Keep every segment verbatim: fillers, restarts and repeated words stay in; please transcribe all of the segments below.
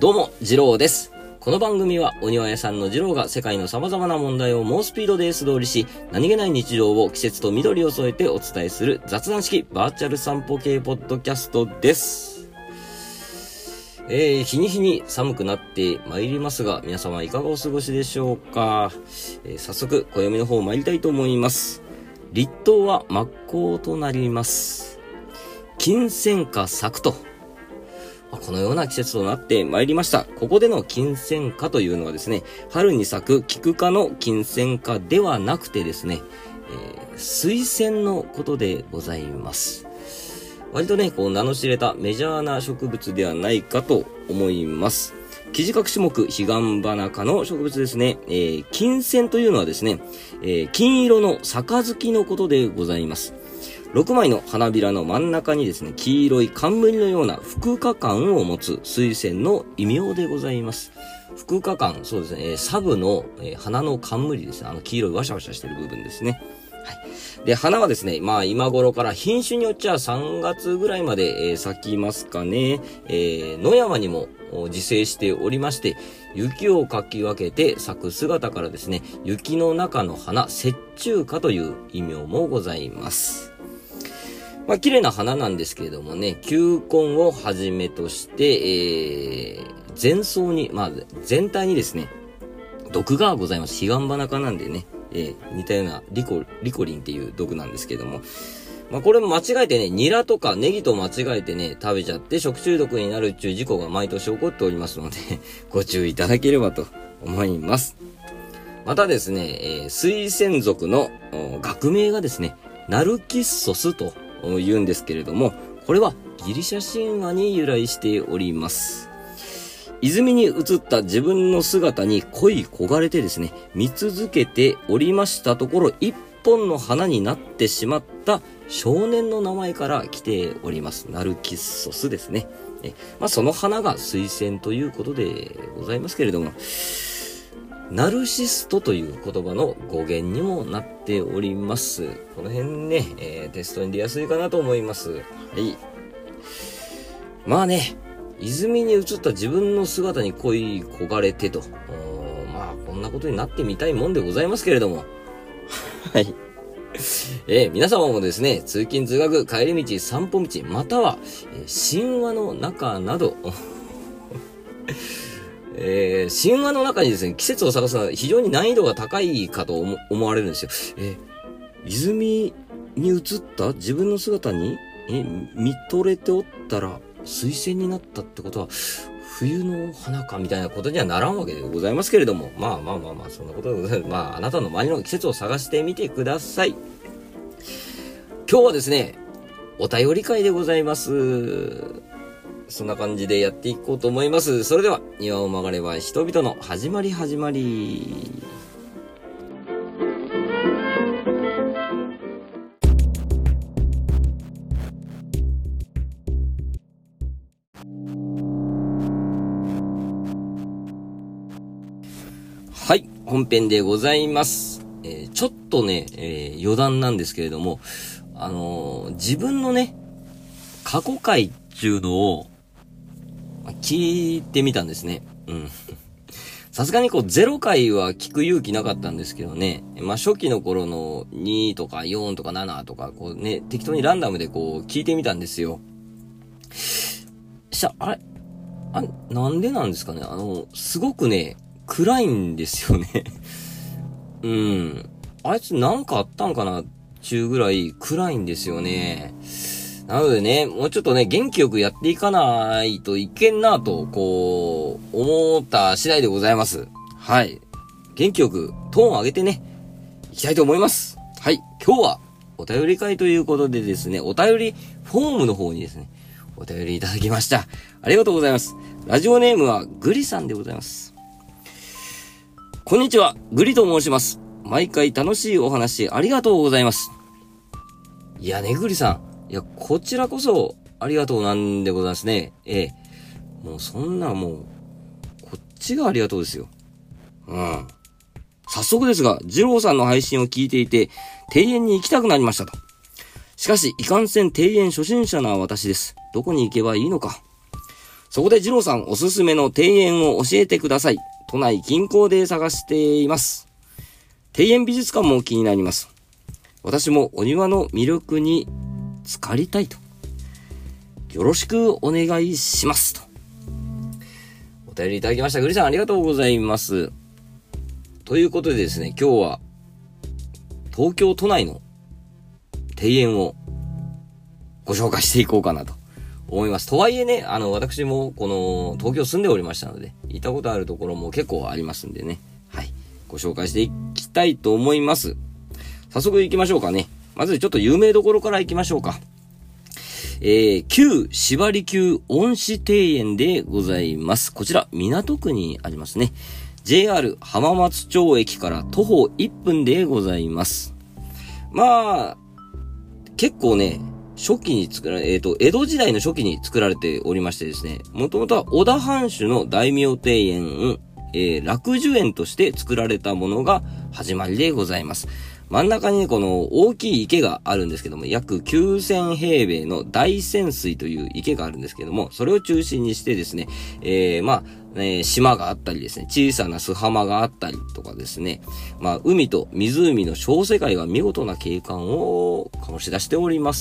どうも、次郎です。この番組はお庭屋さんの次郎が世界の様々な問題を猛スピードで素通りし、何気ない日常を季節と緑を添えてお伝えする雑談式バーチャル散歩系ポッドキャストです。えー、日に日に寒くなってまいりますが、皆様いかがお過ごしでしょうか。えー、早速、暦の方参りたいと思います。立冬は真っ向となります。金銭花咲くと。このような季節となってまいりました。ここでの金銭花というのはですね、春に咲く菊花の金銭花ではなくてですね、えー、水仙のことでございます。割とね、こう名の知れたメジャーな植物ではないかと思います。キジ科種目、彼岸花科の植物ですね。えー、金銭というのはですね、えー、金色の杯のことでございます。ろくまいの花びらの真ん中にですね、黄色い冠のような複花冠を持つ水仙の異名でございます。複花冠、そうですね、えー、サブの、えー、花の冠ですね。あの黄色いワシャワシャしてる部分ですね。はい。で、花はですね、まあ今頃から品種によっちゃさんがつぐらいまで、えー、咲きますかね。えー、野山にも自生しておりまして、雪をかき分けて咲く姿からですね、雪の中の花、雪中花という異名もございます。まあ、綺麗な花なんですけれどもね、球根をはじめとして、えー、全層に、まあ、全体にですね、毒がございます。彼岸花科なんでね、えー、似たようなリコ、リコリンっていう毒なんですけども、まあ、これも間違えてね、ニラとかネギと間違えてね、食べちゃって食中毒になるっていう事故が毎年起こっておりますので、ご注意いただければと思います。またですね、えー、水仙属の学名がですね、ナルキッソスと言うんですけれども、これはギリシャ神話に由来しております。泉に映った自分の姿に恋焦がれてですね、見続けておりましたところ、一本の花になってしまった少年の名前から来ております。ナルキッソスですね。えまあ、その花が水仙ということでございますけれども、ナルシストという言葉の語源にもなっております。この辺ね、えー、テストに出やすいかなと思います。はい。まあね、泉に映った自分の姿に恋焦がれてと。まあ、こんなことになってみたいもんでございますけれども。はい。えー、皆様もですね、通勤通学、帰り道、散歩道、または、えー、神話の中など、えー、神話の中にですね、季節を探すのは非常に難易度が高いかと 思, 思われるんですよ。えー、泉に映った自分の姿に、え、見とれておったら、水仙になったってことは、冬の花かみたいなことにはならんわけでございますけれども、まあまあまあまあ、そんなことでございます。まあ、あなたの周りの季節を探してみてください。今日はですね、お便り会でございます。そんな感じでやっていこうと思います。それでは、庭を曲がれば人々の始まり始まり。はい、本編でございます。えー、ちょっとね、えー、余談なんですけれども、あのー、自分のね、過去回っていうのを、聞いてみたんですね。うん。さすがにこうゼロ回は聞く勇気なかったんですけどね。まあ初期の頃のにとかよんとかななとかこうね、適当にランダムでこう聞いてみたんですよ。しゃ、あれあ、なんでなんですかね。あの、すごくね、暗いんですよね。うん。あいつなんかあったんかなちゅうぐらい暗いんですよね。なのでね、もうちょっとね、元気よくやっていかないといけんなと、こう、思った次第でございます。はい。元気よくトーンを上げてね、いきたいと思います。はい。今日は、お便り会ということでですね、お便りフォームの方にですね、お便りいただきました。ありがとうございます。ラジオネームはグリさんでございます。こんにちは、グリと申します。毎回楽しいお話ありがとうございます。いやね、グリさん。いや、こちらこそ、ありがとうなんでございますね。ええ。もうそんなもう、こっちがありがとうですよ。うん。早速ですが、二郎さんの配信を聞いていて、庭園に行きたくなりましたと。しかし、いかんせん庭園初心者な私です。どこに行けばいいのか。 そこで二郎さんおすすめの庭園を教えてください。都内近郊で探しています。庭園美術館も気になります。私もお庭の魅力に浸かりたいと。よろしくお願いしますと。お便りいただきました。グリさんありがとうございます。ということでですね、今日は東京都内の庭園をご紹介していこうかなと思います。とはいえね、あの、私もこの東京住んでおりましたので、行ったことあるところも結構ありますんでね。はい。ご紹介していきたいと思います。早速行きましょうかね。まずちょっと有名どころから行きましょうか。えー、旧芝離宮恩賜庭園でございます。こちら、港区にありますね。ジェイアール 浜松町駅から徒歩いっぷんでございます。まあ、結構ね、初期に作られ、えっと、江戸時代の初期に作られておりましてですね、もともとは織田藩主の大名庭園、えー、楽寿園として作られたものが始まりでございます。真ん中にね、この大きい池があるんですけども、約きゅうせんへいべいの大泉水という池があるんですけども、それを中心にしてですね、えー、まあ、えー、島があったりですね、小さな巣浜があったりとかですね、まあ、海と湖の小世界が見事な景観を醸し出しております。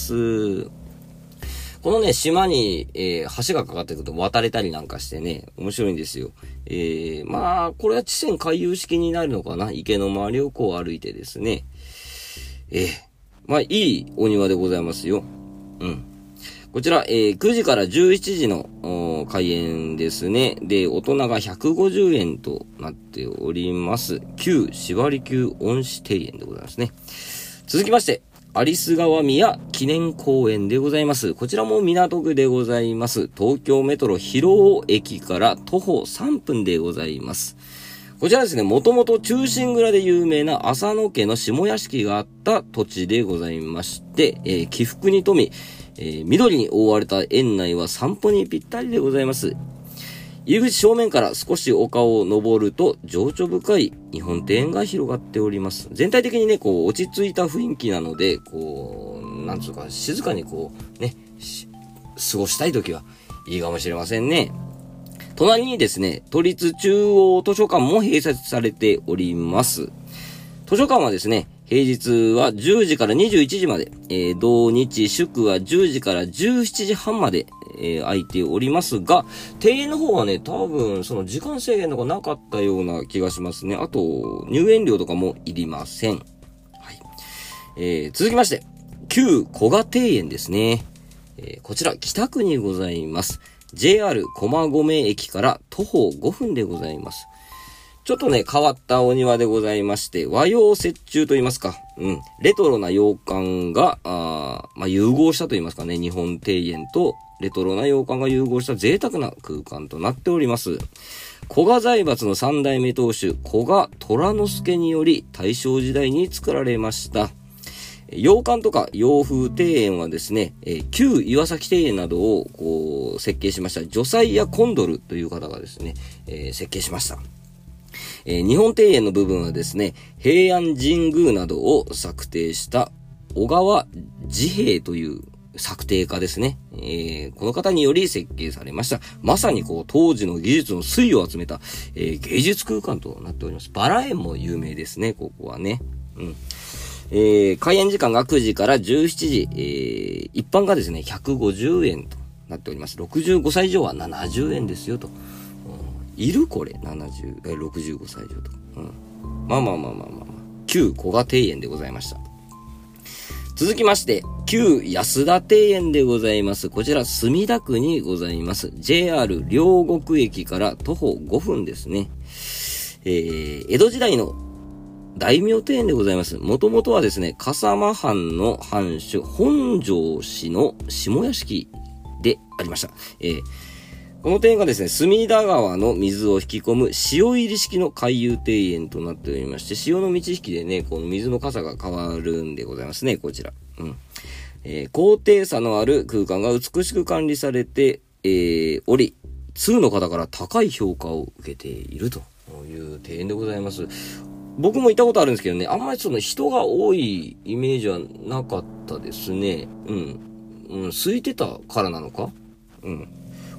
このね、島に、えー、橋がかかってくると渡れたりなんかしてね、面白いんですよ。えー、まあ、これは地泉回遊式になるのかな。池の周りをこう歩いてですね。えー、まあ、いいお庭でございますよ。うん。こちら、えー、くじからじゅうしちじの開園ですね。で、大人がひゃくごじゅうえんとなっております。旧芝離宮恩賜庭園でございますね。続きまして、有栖川宮記念公園でございます。こちらも港区でございます。東京メトロ広尾駅から徒歩さんぷんでございます。こちらですね、もともと忠臣蔵で有名な浅野家の下屋敷があった土地でございまして、えー、起伏に富み、えー、緑に覆われた園内は散歩にぴったりでございます。入り口正面から少し丘を登ると情緒深い日本庭園が広がっております。全体的にね、こう落ち着いた雰囲気なので、こう、なんつうか静かにこう、ね、過ごしたいときはいいかもしれませんね。隣にですね、都立中央図書館も併設されております。図書館はですね、平日はじゅうじからにじゅういちじまで、えー、土日祝はじゅうじからじゅうしちじはんまで、えー、空いておりますが、庭園の方はね、多分その時間制限とかなかったような気がしますね。あと、入園料とかもいりません。はい。えー、続きまして、旧古賀庭園ですね。えー、こちら北区にございます。ジェイアール 駒込駅から徒歩ごふんでございます。ちょっとね、変わったお庭でございまして、和洋折衷と言いますか、うん、レトロな洋館が、あまあ、融合したと言いますかね、日本庭園とレトロな洋館が融合した贅沢な空間となっております。古賀財閥の三代目当主、古賀虎之助により大正時代に作られました。洋館とか洋風庭園はですね、えー、旧岩崎庭園などをこう設計しました女才やコンドルという方がですね、えー、設計しました。えー、日本庭園の部分はですね、平安神宮などを策定した小川治兵衛という策定家ですね、えー。この方により設計されました。まさにこう当時の技術の粋を集めた、えー、芸術空間となっております。バラ園も有名ですね、ここはね。うん。えー、開園時間がくじからじゅうしちじ、えー、一般がですね、ひゃくごじゅうえんとなっております。ろくじゅうごさい以上はななじゅうえんですよと。うん、いるこれ、ななじゅう、えー、ろくじゅうごさい以上と。うん、まあまあまあまあまあまあ。旧古賀庭園でございました。続きまして、旧安田庭園でございます。こちら、墨田区にございます。ジェイアール 両国駅から徒歩ごふんですね。えー、江戸時代の大名庭園でございます。もともとはですね、笠間藩の藩主、本庄氏の下屋敷でありました。えー、この庭園がですね、隅田川の水を引き込む潮入り式の回遊庭園となっておりまして、潮の満ち引きでね、この水の傘が変わるんでございますね、こちら。うん。えー、高低差のある空間が美しく管理されて、えー、おり、通の方から高い評価を受けているという庭園でございます。僕も行ったことあるんですけどね、あんまりその人が多いイメージはなかったですね。うん。うん、空いてたからなのか？うん。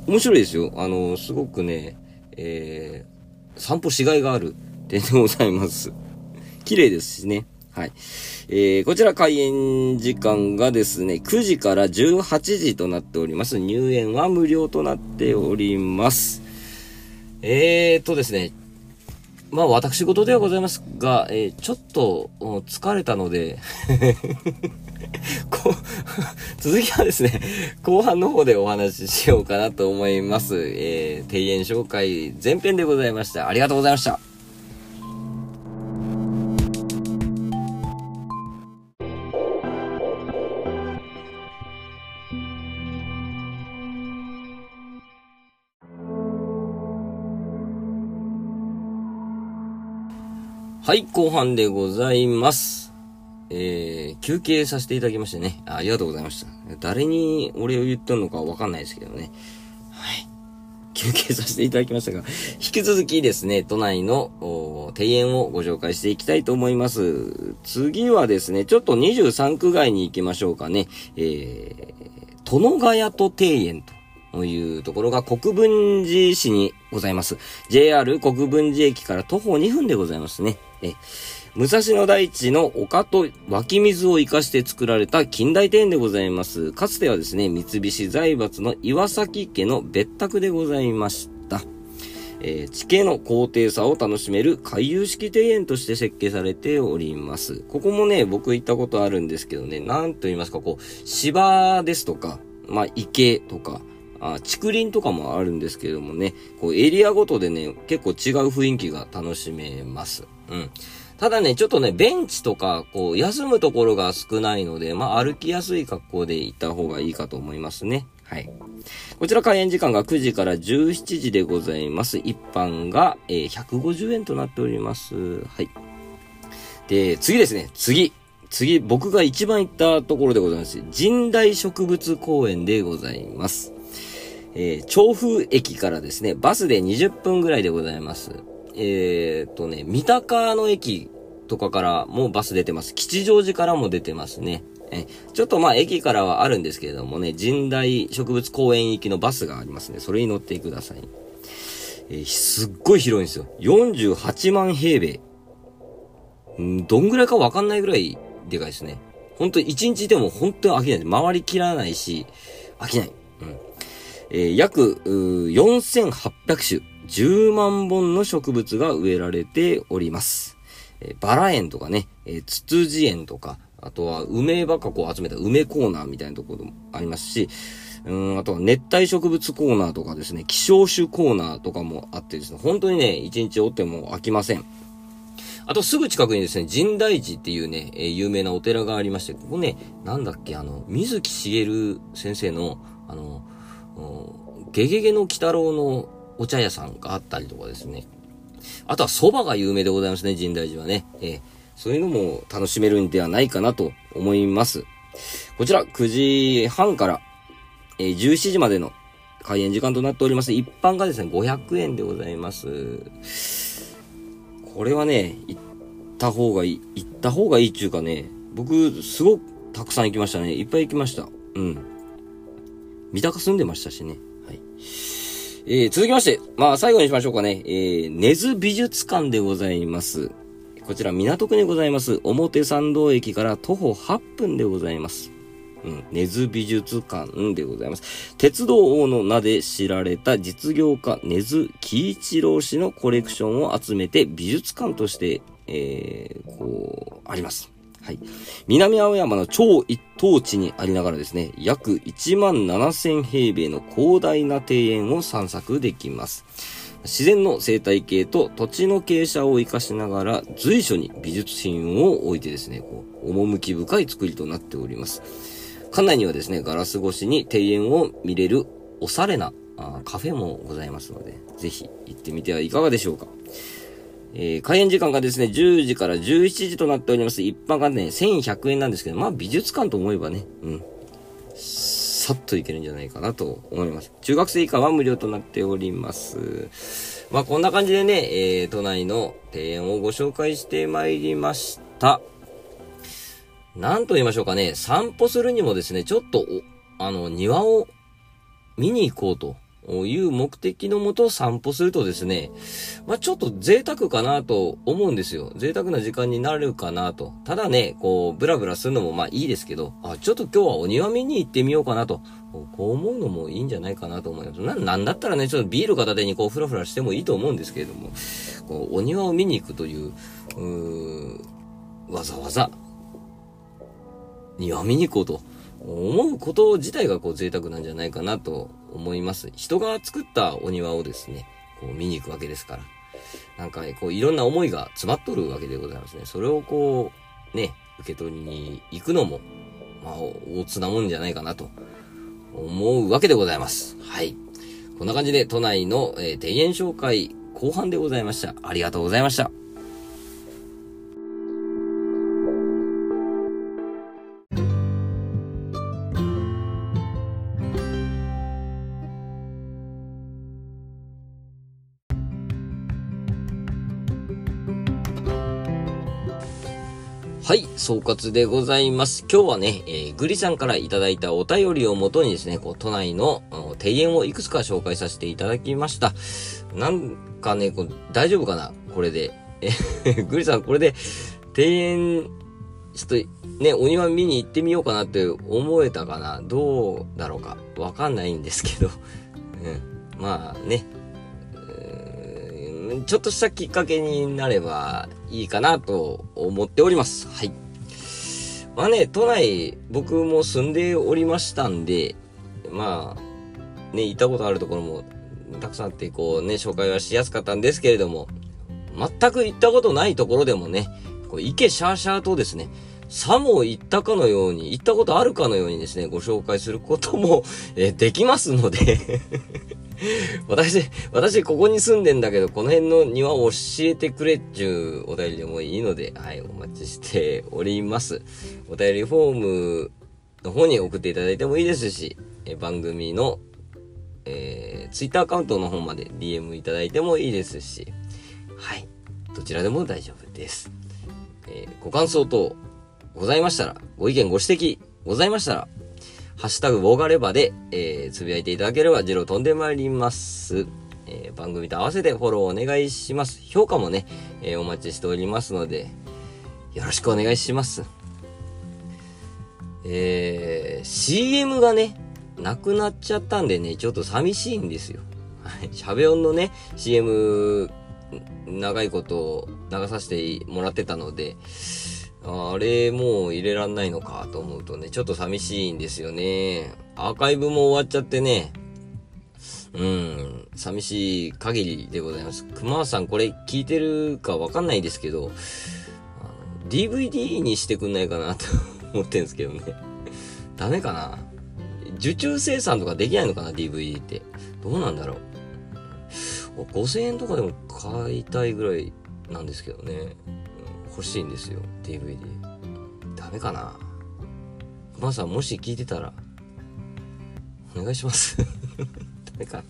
面白いですよ。あの、すごくね、えー、散歩しがいがある点でございます。綺麗ですしね。はい。えー、こちら開園時間がですね、くじからじゅうはちじとなっております。入園は無料となっております。えーとですね、まあ私事ではございますが、えー、ちょっと疲れたのでこ続きはですね、後半の方でお話ししようかなと思います。えー、庭園紹介前編でございました。ありがとうございました。はい、後半でございます。えー、休憩させていただきましてね。ありがとうございました。誰に俺を言ったのかわかんないですけどね。はい。休憩させていただきましたが、引き続きですね、都内の庭園をご紹介していきたいと思います。次はですね、ちょっとにじゅうさんく街に行きましょうかね。えー、殿ヶ谷戸庭園というところが国分寺市にございます。ジェイアール 国分寺駅から徒歩にふんでございますね。え武蔵野台地の丘と湧き水を生かして作られた近代庭園でございます。かつてはですね、三菱財閥の岩崎家の別宅でございました。えー、地形の高低差を楽しめる回遊式庭園として設計されております。ここもね、僕行ったことあるんですけどね、なんと言いますか、こう、芝ですとか、まあ、池とか、あ、竹林とかもあるんですけれどもね、こうエリアごとでね、結構違う雰囲気が楽しめます。うん。ただね、ちょっとね、ベンチとか、こう、休むところが少ないので、まあ、歩きやすい格好で行った方がいいかと思いますね。はい。こちら開園時間がくじからじゅうしちじでございます。一般が、えー、ひゃくごじゅうえんとなっております。はい。で、次ですね、次。次、僕が一番行ったところでございます。神代植物公園でございます。えー、調布駅からですね、バスでにじゅっぷんぐらいでございます。えーっとね、三鷹の駅とかからもバス出てます。吉祥寺からも出てますね。えちょっとまあ駅からはあるんですけれどもね、神代植物公園行きのバスがありますね。それに乗ってください。えー、すっごい広いんですよ。よんじゅうはちまんへいべい。んどんぐらいかわかんないぐらいでかいですね。ほんといちにちいても本当に飽きない。回りきらないし、飽きない。うん。えー、約よんせんはっぴゃくしゅ、じゅうまんぼんの植物が植えられております。えー、バラ園とかね、えー、ツツジ園とか、あとは梅ばっかこう集めた梅コーナーみたいなところもありますし、うーん、あとは熱帯植物コーナーとかですね、希少種コーナーとかもあってですね、本当にね、いちにちおっても飽きません。あとすぐ近くにですね、神代寺っていうね、えー、有名なお寺がありまして、ここね、なんだっけ、あの、水木しげる先生の、あの、ゲゲゲの鬼太郎のお茶屋さんがあったりとかですね。あとは蕎麦が有名でございますね、神代寺はね。えー、そういうのも楽しめるんではないかなと思います。こちらくじはんから、えー、じゅうしちじまでの開園時間となっております。一般がですね、ごひゃくえんでございます。これはね、行った方がいい、行った方がいいっていうかね、僕、すごくたくさん行きましたね。いっぱい行きました。うん。三鷹住んでましたしね。はい。えー、続きまして、まあ最後にしましょうかね。えー、根津美術館でございます。こちら港区にございます。表参道駅から徒歩はっぷんでございます。うん、根津美術館でございます。鉄道王の名で知られた実業家根津喜一郎氏のコレクションを集めて美術館として、えー、こう、あります。はい。南青山の超一等地にありながらですね、約いちまんななせんへいべいの広大な庭園を散策できます。自然の生態系と土地の傾斜を生かしながら随所に美術品を置いてですね、こう、趣深い作りとなっております。館内にはですね、ガラス越しに庭園を見れるおしゃれなあカフェもございますので、ぜひ行ってみてはいかがでしょうか。えー、開園時間がですね、じゅうじからじゅうしちじとなっております。一般がね、せんひゃくえんなんですけど、まあ美術館と思えばね、うん、さっと行けるんじゃないかなと思います。中学生以下は無料となっております。まあこんな感じでね、えー、都内の庭園をご紹介してまいりました。なんと言いましょうかね、散歩するにもですね、ちょっと、あの、庭を見に行こうという目的のもと散歩するとですね、まあ、ちょっと贅沢かなと思うんですよ。贅沢な時間になるかなと。ただね、こう、ブラブラするのもまあいいですけど、あ、ちょっと今日はお庭見に行ってみようかなと。こう思うのもいいんじゃないかなと思います。な、なんだったらね、ちょっとビール片手にこう、フラフラしてもいいと思うんですけれども、こう、お庭を見に行くという、うー、わざわざ、庭見に行こうと思うこと自体がこう贅沢なんじゃないかなと思います。人が作ったお庭をですね、こう見に行くわけですから。なんかね、こういろんな思いが詰まっとるわけでございますね。それをこう、ね、受け取りに行くのも、まあ、大津なもんじゃないかなと思うわけでございます。はい。こんな感じで都内の、えー、庭園紹介後半でございました。ありがとうございました。はい、総括でございます。今日はね、えー、グリさんからいただいたお便りをもとにですね、こう、都内の庭園をいくつか紹介させていただきました。なんかね、こう大丈夫かなこれで。えグリさん、これで、庭園、ちょっとね、お庭見に行ってみようかなって思えたかなどうだろうかわかんないんですけど。うん、まあね。ちょっとしたきっかけになればいいかなと思っております。はい。まあね、都内僕も住んでおりましたんで、まあ、ね、行ったことあるところもたくさんあって、こうね、紹介はしやすかったんですけれども、全く行ったことないところでもね、こう池シャーシャーとですね、さも行ったかのように、行ったことあるかのようにですね、ご紹介することも、えー、できますので、私、私ここに住んでんだけど、この辺の庭を教えてくれっちゅうお便りでもいいので、はい、お待ちしております。お便りフォームの方に送っていただいてもいいですし、え番組の、えー、ツイッターアカウントの方まで ディーエム いただいてもいいですし、はい、どちらでも大丈夫です。えー、ご感想等ございましたら、ご意見ご指摘ございましたら、ハッシュタグボーガレバで、えー、つぶやいていただければ、ジロー飛んでまいります。えー、番組と合わせてフォローお願いします。評価もね、えー、お待ちしておりますので、よろしくお願いします。えー、シーエム がね、なくなっちゃったんでね、ちょっと寂しいんですよ。はい。シャベオンのね、シーエム、長いこと流させてもらってたので、あれもう入れらんないのかと思うとね、ちょっと寂しいんですよね。アーカイブも終わっちゃってね。うん、寂しい限りでございます。熊さんこれ聞いてるかわかんないですけど、あの ディーブイディー にしてくんないかなと思ってんですけどね。ダメかな？受注生産とかできないのかな ディーブイディー って。どうなんだろう。ごせんえんとかでも買いたいぐらいなんですけどね。欲しいんですよ ディーブイディー。 ダメかな。熊さんもし聞いてたらお願いしますダメか。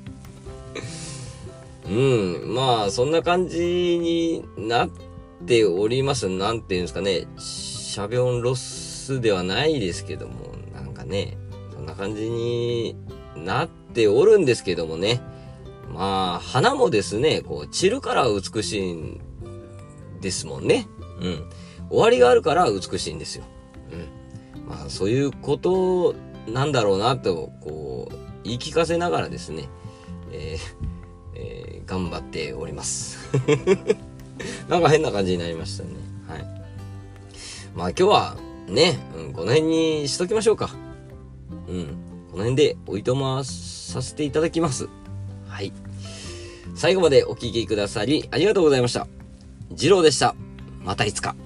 うんまあそんな感じになっております。なんていうんですかね、シャベオンロスではないですけども、なんかねそんな感じになっておるんですけどもね。まあ花もですね、こう散るから美しいんですもんね。うん。終わりがあるから美しいんですよ。うん。まあそういうことなんだろうなと、こう、言い聞かせながらですね、えーえー、頑張っております。なんか変な感じになりましたね。はい。まあ今日はね、うん、この辺にしときましょうか。うん。この辺でおいとまさせていただきます。はい。最後までお聞きくださりありがとうございました。次郎でした。またいつか。